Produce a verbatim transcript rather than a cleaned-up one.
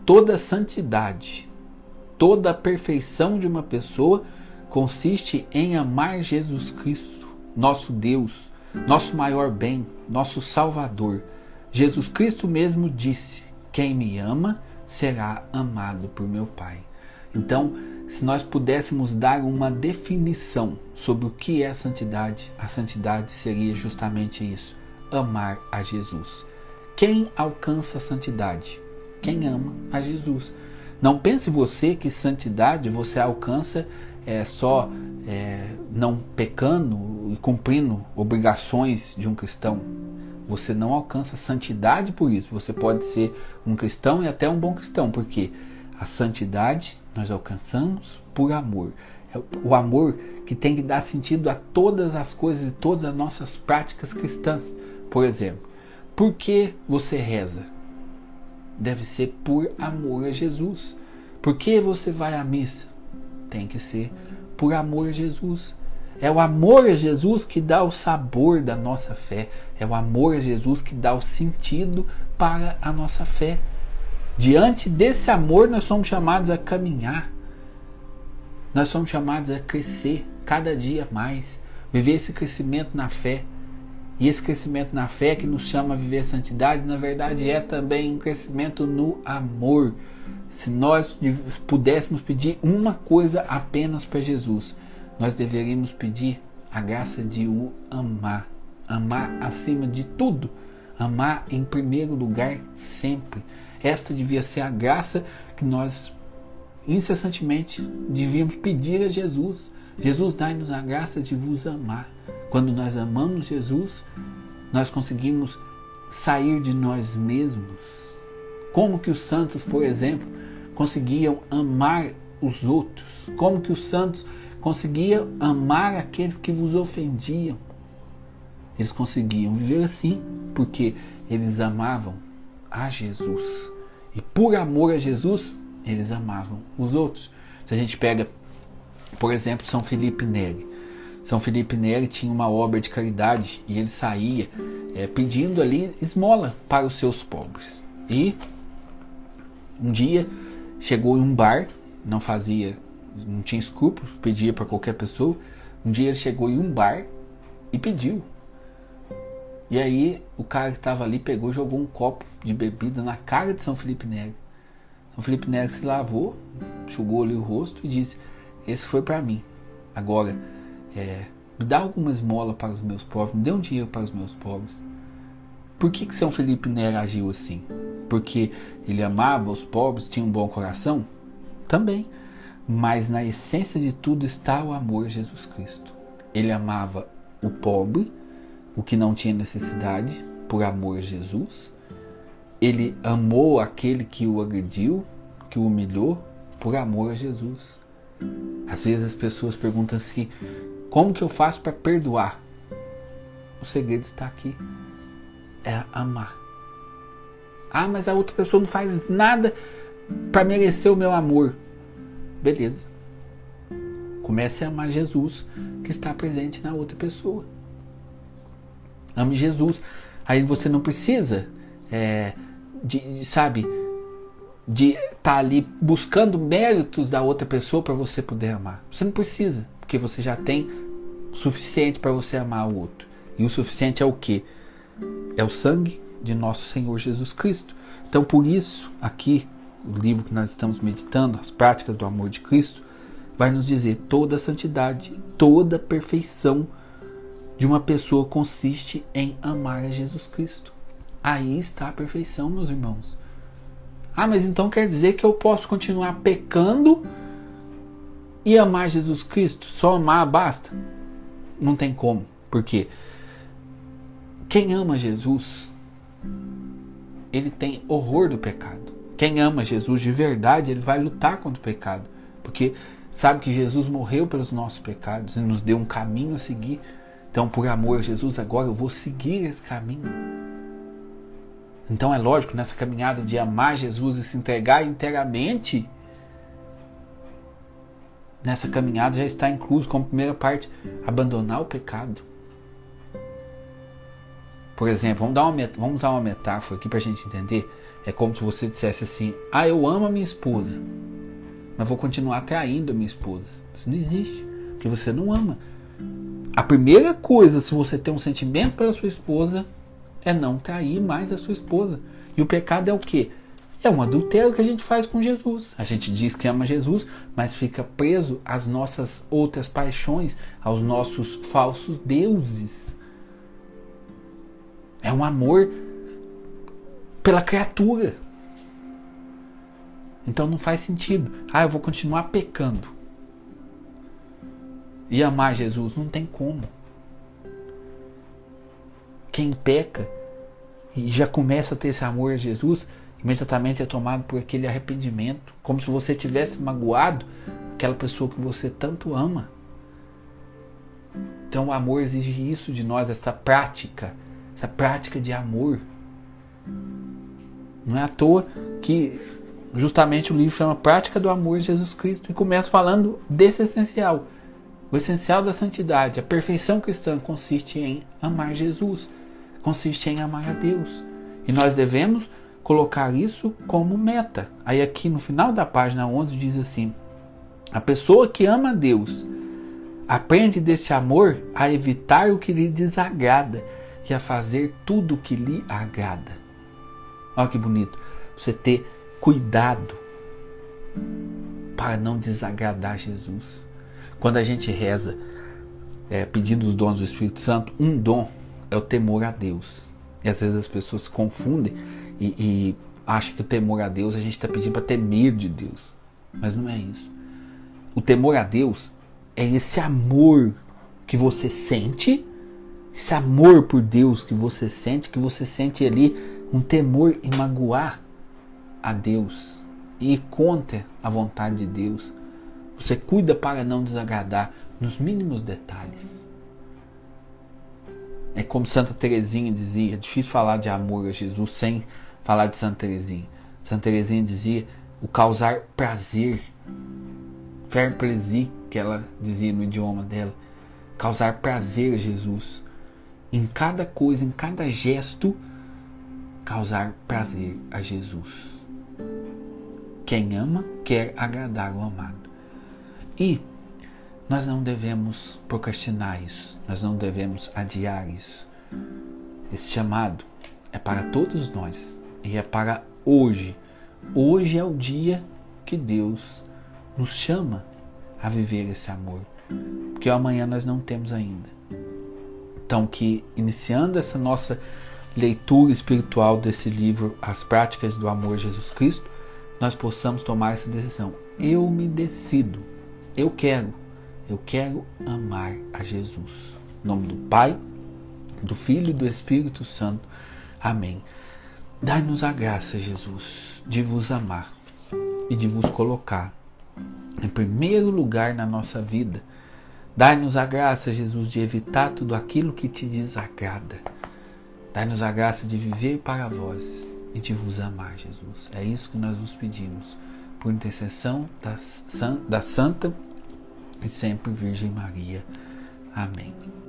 toda santidade, toda a perfeição de uma pessoa consiste em amar Jesus Cristo, nosso Deus, nosso maior bem, nosso Salvador. Jesus Cristo mesmo disse: quem me ama será amado por meu Pai. Então, se nós pudéssemos dar uma definição sobre o que é santidade, a santidade seria justamente isso: amar a Jesus. Quem alcança a santidade? Quem ama a Jesus. Não pense você que santidade você alcança é, só é, não pecando e cumprindo obrigações de um cristão. Você não alcança santidade por isso. Você pode ser um cristão e até um bom cristão, porque a santidade nós alcançamos por amor. É o amor que tem que dar sentido a todas as coisas e todas as nossas práticas cristãs. Por exemplo, por que você reza? Deve ser por amor a Jesus. Por que você vai à missa? Tem que ser por amor a Jesus. É o amor a Jesus que dá o sabor da nossa fé. É o amor a Jesus que dá o sentido para a nossa fé. Diante desse amor, nós somos chamados a caminhar. Nós somos chamados a crescer cada dia mais. Viver esse crescimento na fé. E esse crescimento na fé que nos chama a viver a santidade, na verdade é também um crescimento no amor. Se nós pudéssemos pedir uma coisa apenas para Jesus, nós deveríamos pedir a graça de o amar. Amar acima de tudo. Amar em primeiro lugar sempre. Esta devia ser a graça que nós incessantemente devíamos pedir a Jesus. Jesus, dai-nos a graça de vos amar. Quando nós amamos Jesus, nós conseguimos sair de nós mesmos. Como que os santos, por exemplo, conseguiam amar os outros? Como que os santos conseguiam amar aqueles que vos ofendiam? Eles conseguiam viver assim, porque eles amavam a Jesus. E por amor a Jesus, eles amavam os outros. Se a gente pega, por exemplo, São Felipe Neri. São Felipe Neri tinha uma obra de caridade e ele saía é, pedindo ali esmola para os seus pobres. E um dia chegou em um bar, não fazia, não tinha escrúpulos, pedia para qualquer pessoa. Um dia ele chegou em um bar e pediu. E aí o cara que estava ali pegou e jogou um copo de bebida na cara de São Felipe Neri. São Felipe Neri se lavou, enxugou ali o rosto e disse: esse foi para mim. Agora, é, me dá alguma esmola para os meus pobres, me dê um dinheiro para os meus pobres. Por que que São Felipe Neri agiu assim? Porque ele amava os pobres, tinha um bom coração? Também. Mas na essência de tudo está o amor a Jesus Cristo. Ele amava o pobre, o que não tinha necessidade, por amor a Jesus. Ele amou aquele que o agrediu, que o humilhou, por amor a Jesus. Às vezes as pessoas perguntam assim: como que eu faço para perdoar? O segredo está aqui. É amar. Ah, mas a outra pessoa não faz nada para merecer o meu amor. Beleza. Comece a amar Jesus, que está presente na outra pessoa. Ame Jesus. Aí você não precisa, é, de, sabe, de estar tá ali buscando méritos da outra pessoa para você poder amar. Você não precisa, porque você já tem o suficiente para você amar o outro. E o suficiente é o quê? É o sangue de nosso Senhor Jesus Cristo. Então, por isso, aqui, o livro que nós estamos meditando, as práticas do amor de Cristo, vai nos dizer: toda a santidade, toda a perfeição de uma pessoa consiste em amar a Jesus Cristo. Aí está a perfeição, meus irmãos. Ah, mas então quer dizer que eu posso continuar pecando e amar Jesus Cristo? Só amar basta? Não tem como. Por quê? Quem ama Jesus, ele tem horror do pecado. Quem ama Jesus de verdade, ele vai lutar contra o pecado. Porque sabe que Jesus morreu pelos nossos pecados e nos deu um caminho a seguir. Então, por amor a Jesus, agora eu vou seguir esse caminho. Então é lógico, nessa caminhada de amar Jesus e se entregar inteiramente, nessa caminhada já está incluso como primeira parte abandonar o pecado. Por exemplo, vamos, dar uma, vamos usar uma metáfora aqui para a gente entender. É como se você dissesse assim: ah, eu amo a minha esposa, mas vou continuar traindo a minha esposa. Isso não existe, porque você não ama. A primeira coisa, se você tem um sentimento pela sua esposa, é não trair mais a sua esposa. E o pecado é o quê? É um adultério que a gente faz com Jesus. A gente diz que ama Jesus, mas fica preso às nossas outras paixões, aos nossos falsos deuses. É um amor pela criatura. Então não faz sentido. Ah, eu vou continuar pecando e amar Jesus. Não tem como. Quem peca e já começa a ter esse amor a Jesus, imediatamente é tomado por aquele arrependimento, como se você tivesse magoado aquela pessoa que você tanto ama. Então o amor exige isso de nós, essa prática, essa prática de amor. Não é à toa que justamente o livro chama Prática do Amor de Jesus Cristo e começa falando desse essencial. O essencial da santidade, a perfeição cristã consiste em amar Jesus, consiste em amar a Deus. E nós devemos colocar isso como meta. Aí aqui no final da página onze diz assim: a pessoa que ama a Deus aprende deste amor a evitar o que lhe desagrada e a fazer tudo o que lhe agrada. Olha que bonito. Você ter cuidado para não desagradar Jesus. Quando a gente reza é, pedindo os dons do Espírito Santo, um dom é o temor a Deus. E às vezes as pessoas se confundem e, e acham que o temor a Deus a gente está pedindo para ter medo de Deus. Mas não é isso. O temor a Deus é esse amor que você sente, esse amor por Deus que você sente, que você sente ali um temor em magoar a Deus e ir contra a vontade de Deus. Você cuida para não desagradar nos mínimos detalhes. É como Santa Teresinha dizia, é difícil falar de amor a Jesus sem falar de Santa Teresinha. Santa Teresinha dizia o causar prazer, faire plaisir, que ela dizia no idioma dela, causar prazer a Jesus. Em cada coisa, em cada gesto, causar prazer a Jesus. Quem ama quer agradar o amado. E nós não devemos procrastinar isso, nós não devemos adiar isso. Esse chamado é para todos nós e é para hoje. Hoje é o dia que Deus nos chama a viver esse amor, porque o amanhã nós não temos ainda. Então que, iniciando essa nossa leitura espiritual desse livro, As Práticas do Amor de Jesus Cristo, nós possamos tomar essa decisão. Eu me decido, eu quero, eu quero amar a Jesus. Em nome do Pai, do Filho e do Espírito Santo. Amém. Dai-nos a graça, Jesus, de vos amar e de vos colocar em primeiro lugar na nossa vida. Dai-nos a graça, Jesus, de evitar tudo aquilo que te desagrada. Dai-nos a graça de viver para vós e de vos amar, Jesus. É isso que nós vos pedimos, por intercessão da, da Santa e sempre Virgem Maria. Amém.